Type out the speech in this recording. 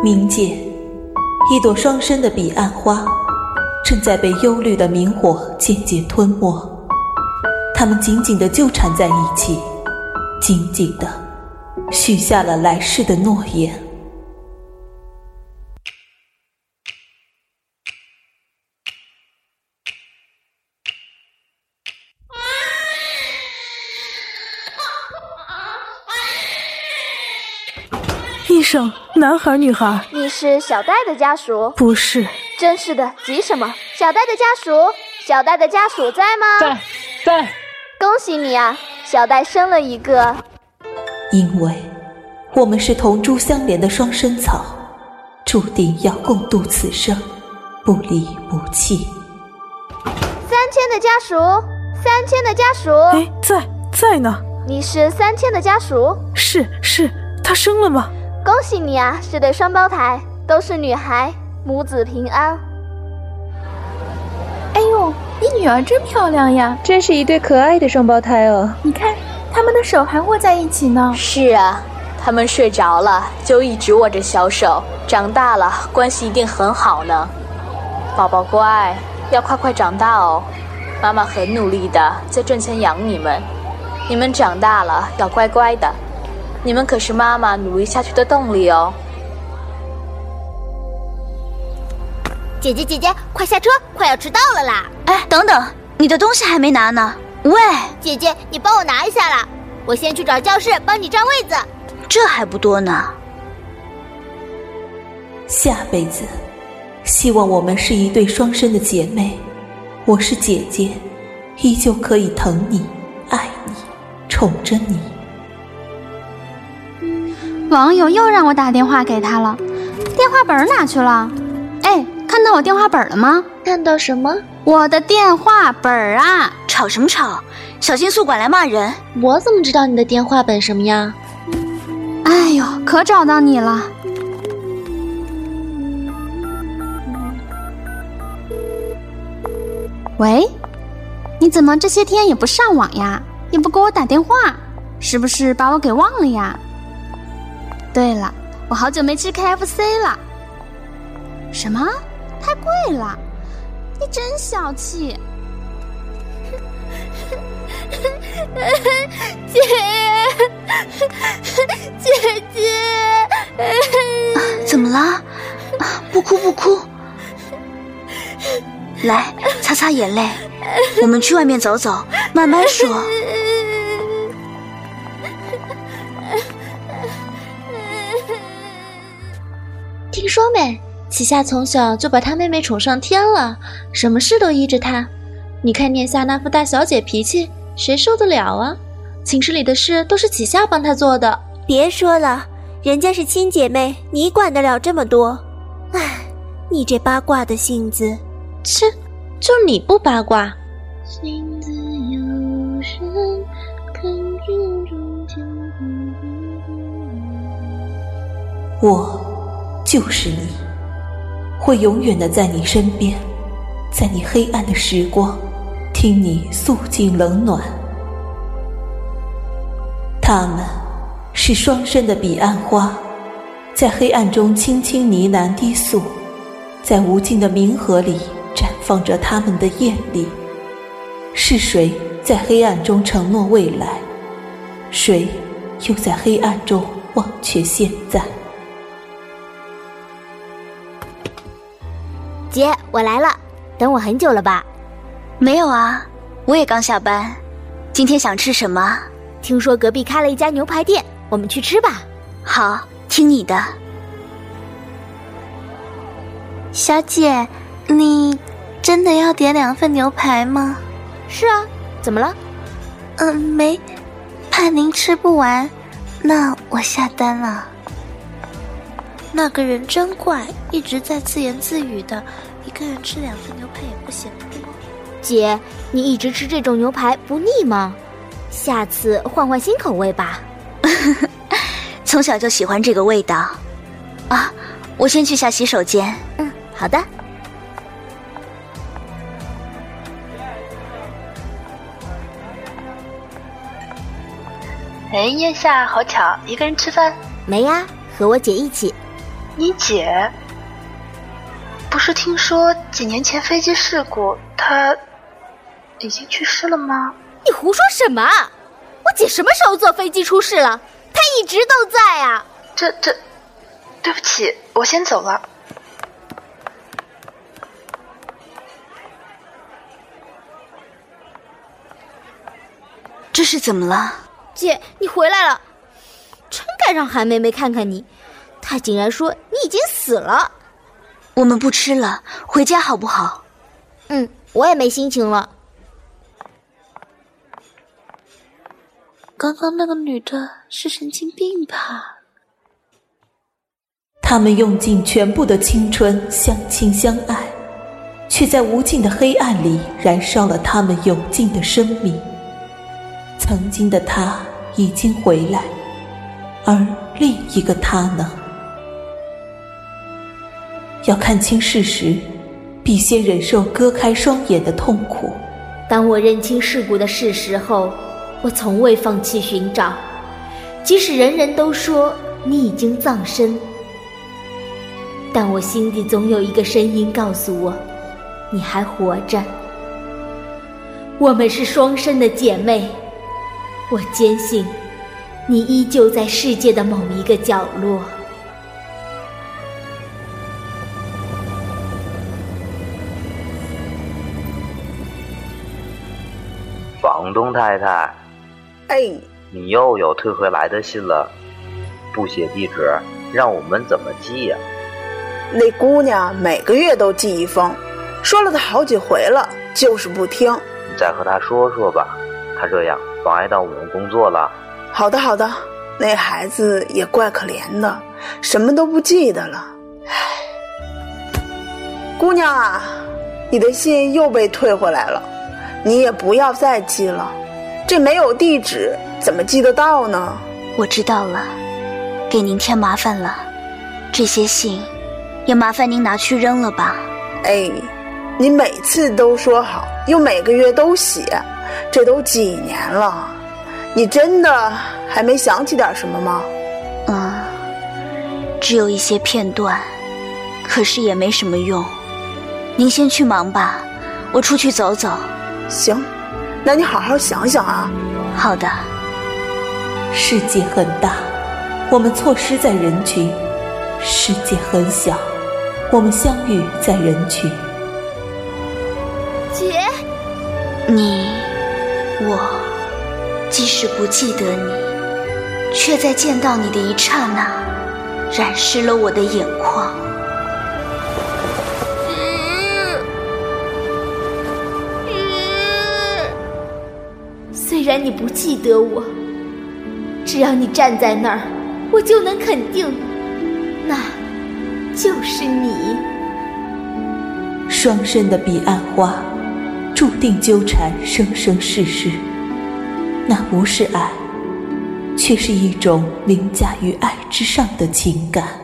冥界，一朵双生的彼岸花正在被忧虑的明火渐渐吞没，它们紧紧地纠缠在一起，紧紧地许下了来世的诺言。 医生，男孩女孩？ 你是小戴的家属？ 不是。 真是的，急什么？小戴的家属，小戴的家属在吗？ 在。 恭喜你啊，小戴生了一个。 因为我们是同株相连的双生草，注定要共度此生，不离不弃。 3000的家属，3000的家属。 哎，在呢。 你是3000的家属？ 是，她生了吗？ 恭喜你啊，是对双胞胎，都是女孩，母子平安。 哎呦，你女儿真漂亮呀！ 真是一对可爱的双胞胎哦。 你看，他们的手还握在一起呢。 是啊，他们睡着了就一直握着小手，长大了关系一定很好呢。宝宝乖，要快快长大哦。妈妈很努力的在挣钱养你们，你们长大了要乖乖的。你们可是妈妈努力下去的动力哦。 姐姐，快下车，快要迟到了啦！ 哎，等等，你的东西还没拿呢。喂， 姐姐，你帮我拿一下啦，我先去找教室帮你占位子。 这还不多呢。 下辈子，希望我们是一对双生的姐妹，我是姐姐，依旧可以疼你、爱你、宠着你。 网友又让我打电话给他了，电话本哪去了？哎，看到我电话本了吗？ 看到什么？ 我的电话本啊！ 吵什么吵？小心宿管来骂人。 我怎么知道你的电话本什么呀？ 哎呦，可找到你了。喂，你怎么这些天也不上网呀？也不给我打电话，是不是把我给忘了呀？对了，我好久没吃 KFC 了。什么？太贵了！你真小气。 姐姐， 怎么了？不哭。来，擦擦眼泪，我们去外面走走，慢慢说。 听说没？启夏从小就把他妹妹宠上天了，什么事都依着她。你看念夏那副大小姐脾气，谁受得了啊？寝室里的事都是启夏帮她做的。 别说了，人家是亲姐妹，你管得了这么多？唉，你这八卦的性子。 切，就你不八卦。 心自有人看云中天我就是你，会永远的在你身边，在你黑暗的时光，听你诉尽冷暖。他们是双生的彼岸花，在黑暗中轻轻呢喃低诉，在无尽的冥河里绽放着他们的艳丽。是谁在黑暗中承诺未来？谁又在黑暗中忘却现在？ 姐，我来了，等我很久了吧？ 没有啊，我也刚下班。今天想吃什么？ 听说隔壁开了一家牛排店，我们去吃吧。 好，听你的。 小姐，你真的要点2份牛排吗？ 是啊，怎么了？ 没，怕您吃不完，那我下单了。那个人真怪，一直在自言自语的，一个人吃2份牛排也不嫌多。 姐，你一直吃这种牛排不腻吗？下次换换新口味吧。 从小就喜欢这个味道。啊，我先去下洗手间。 好的。 哎，燕夏，好巧，一个人吃饭？ 没呀，和我姐一起。 你姐？不是听说几年前飞机事故，她已经去世了吗？ 你胡说什么？我姐什么时候坐飞机出事了？她一直都在啊。 对不起，我先走了。 这是怎么了？ 姐，你回来了，真该让韩妹妹看看你，她竟然说你已经死了。 我们不吃了，回家好不好？ 我也没心情了。 刚刚那个女的是神经病吧？ 他们用尽全部的青春相亲相爱，却在无尽的黑暗里燃烧了他们有尽的生命。曾经的他已经回来，而另一个他呢？要看清事实，必先忍受割开双眼的痛苦。 当我认清事故的事实后，我从未放弃寻找，即使人人都说你已经葬身，但我心底总有一个声音告诉我，你还活着。我们是双生的姐妹，我坚信你依旧在世界的某一个角落。 房东太太，你又有退回来的信了，不写地址，让我们怎么寄呀？ 那姑娘每个月都寄一封，说了她好几回了，就是不听。 你再和她说说吧，她这样妨碍到我们工作了。 好的好的，那孩子也怪可怜的，什么都不记得了。姑娘啊，你的信又被退回来了，你也不要再寄了，这没有地址怎么寄得到呢？ 我知道了，给您添麻烦了，这些信也麻烦您拿去扔了吧。 你每次都说好，又每个月都写，这都几年了，你真的还没想起点什么吗？ 只有一些片段，可是也没什么用。您先去忙吧，我出去走走。 行，那你好好想想啊。 好的。 世界很大，我们错失在人群；世界很小，我们相遇在人群。 姐， 我即使不记得你，却在见到你的一刹那，染湿了我的眼眶。 虽然你不记得我，只要你站在那儿，我就能肯定，那就是你。 双生的彼岸花，注定纠缠生生世世。那不是爱，却是一种凌驾于爱之上的情感。